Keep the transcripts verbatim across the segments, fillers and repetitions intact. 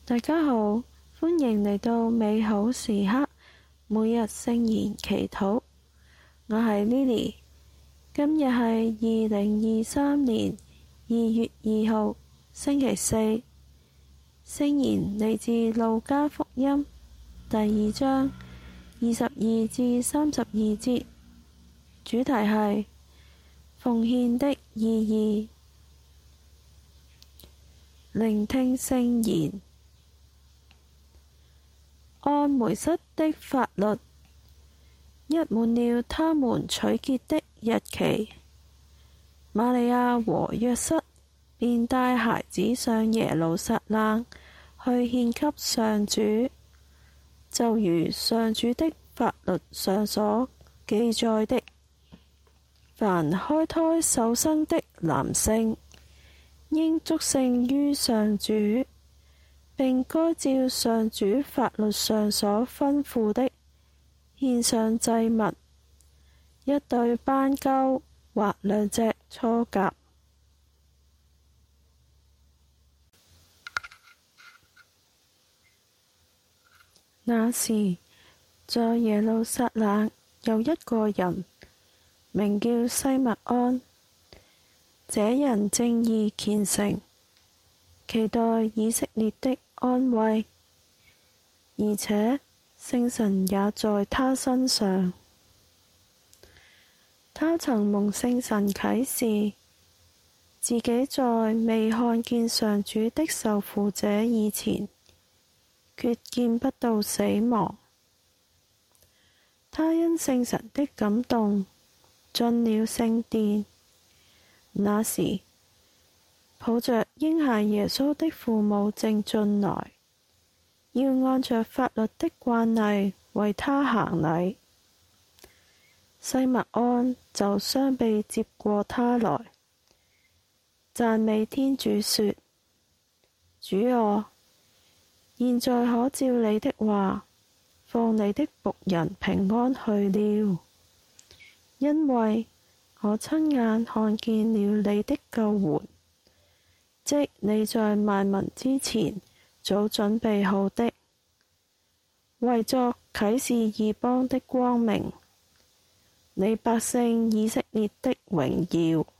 大家好，歡迎嚟到美好時刻每日聖言祈禱。我係 Lily， 今日係二零二三年二月二號星期四。聖言嚟自路加福音第二章二十二至三十二節，主題係奉獻的意義。聆聽聖言。按梅瑟的法律，一滿了他們取潔的日期，瑪利亞和若瑟便帶孩子上耶路撒冷去獻給上主，就如上主的法律上所記載的，凡開胎受生的男性，應祝聖於上主，並該照上主法律上所吩咐的，獻上祭物，一對斑鳩或兩隻雛鴿。那時，在耶路撒冷有一個人，名叫西默盎，這人正義虔誠，期待以色列的安慰，而且聖神也在他身上。他曾蒙聖神啟示，自己在未看見上主的受傅者以前，決見不到死亡。他因聖神的感動，進了聖殿。那時，抱着嬰孩耶穌的父母正進來，要按着法律的慣例為他行禮。西默盎就雙臂接過他來，讚美天主說：主啊，現在可照你的話，放你的僕人平安去了，因為我親眼看見了你的救援，即你在萬民之前早準備好的，為作啟示異邦的光明，你百姓以色列的榮耀。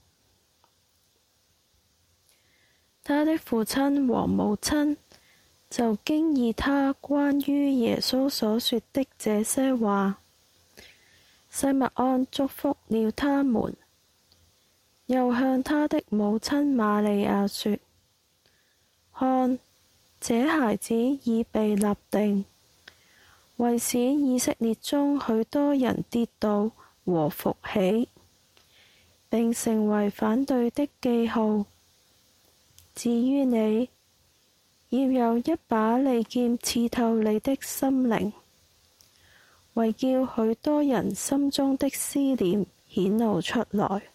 他的父親和母親就驚異他關於耶穌所說的這些話。西默盎祝福了他們，又向他的母親瑪利亞說：看，這孩子已被立定，為使以色列中許多人跌倒和復起，並成為反對的記號。至於你，要有一把利劍刺透你的心靈，為叫許多人心中的思念顯露出來。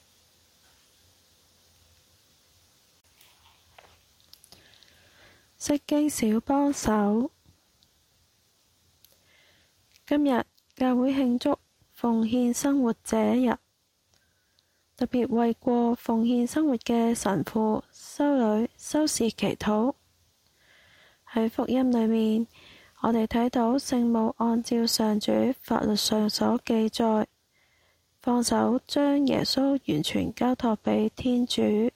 釋經小幫手，今日教會慶祝奉獻生活這日，特別為過奉獻生活嘅神父、修女、修士祈禱。喺福音裏面，我哋睇到聖母按照上主法律上所記載，放手將耶穌完全交託俾天主。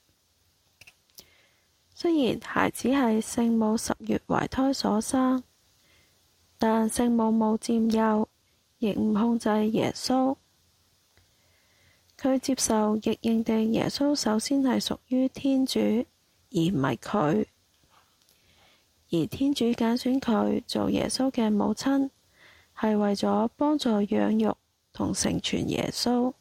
雖然孩子係聖母十月懷胎所生，但聖母冇佔有，亦唔控制耶穌。佢接受亦認定耶穌首先係屬於天主，而唔係佢。而天主揀選佢做耶穌嘅母親，係為咗幫助養育同成全耶穌。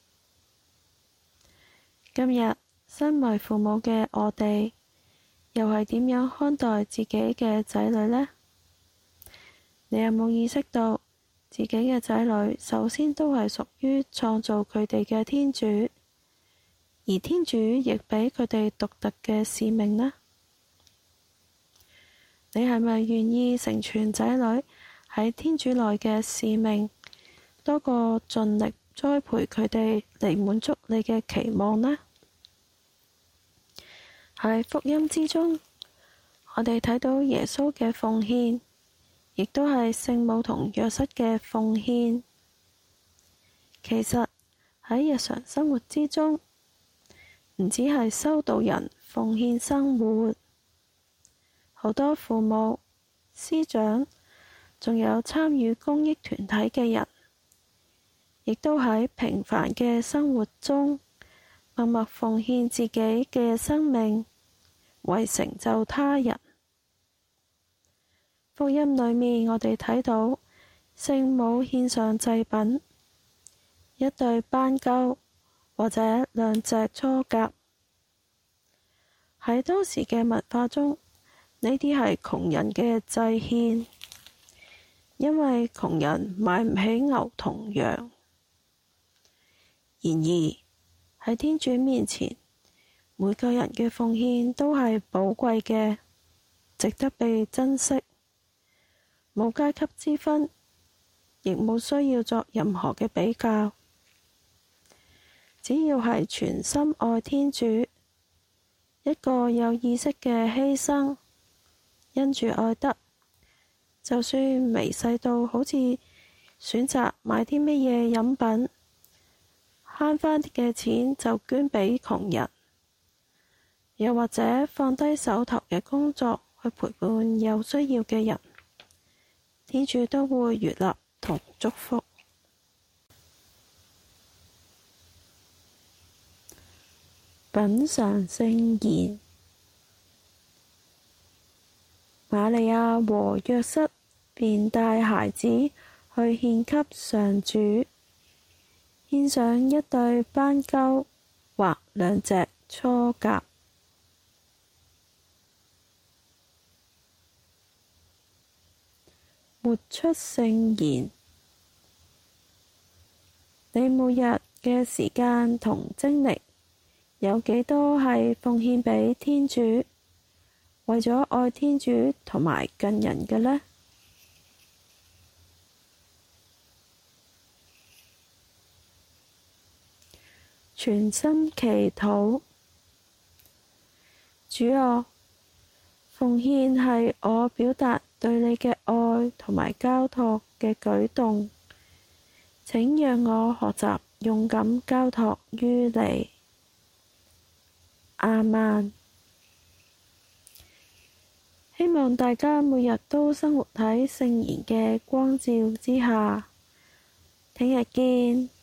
今日身為父母嘅我哋，又係點樣看待自己嘅仔女呢？你有冇意識到自己嘅仔女首先都係屬於創造佢哋嘅天主，而天主亦俾佢哋獨特嘅使命呢？你係咪願意成全仔女喺天主內嘅使命，多過盡力栽培佢哋嚟滿足你嘅期望呢？喺福音之中， 我哋睇到耶穌嘅奉獻，亦都係聖母同若瑟嘅奉獻。其實喺日常生活之中，唔止係修道人奉獻生活，好多父母、師長，仲有參與公益團體嘅人，亦都喺平凡嘅生活中默默奉獻自己嘅生命，為成就他人。福音裏面我哋睇到聖母獻上祭品，一對斑鳩或者兩隻雛鴿。喺當時嘅文化中，呢啲係窮人嘅祭獻，因為窮人買唔起牛同羊。然而喺天主面前，每個人嘅奉獻都係寶貴嘅，值得被珍惜。冇階級之分，亦冇需要作任何嘅比較。只要係全心愛天主，一個有意識嘅犧牲，因住愛德，就算微細到好似選擇買啲乜嘢飲品，慳返啲嘅錢就捐俾窮人，又或者放低手頭嘅工作去陪伴有需要嘅人，天主都會悅納同祝福。品嚐聖言。瑪利亞和若瑟便帶孩子去獻給上主，獻上一對斑鳩或兩隻雛鴿。活出聖言。你每日嘅時間同精力有幾多係奉獻俾天主，為咗愛天主同埋近人嘅呢？全心祈禱。主啊，奉獻係我表達對你嘅愛同埋交託嘅舉動，請讓我學習勇敢交託於你。阿曼。希望大家每日都生活喺聖言嘅光照之下。聽日見。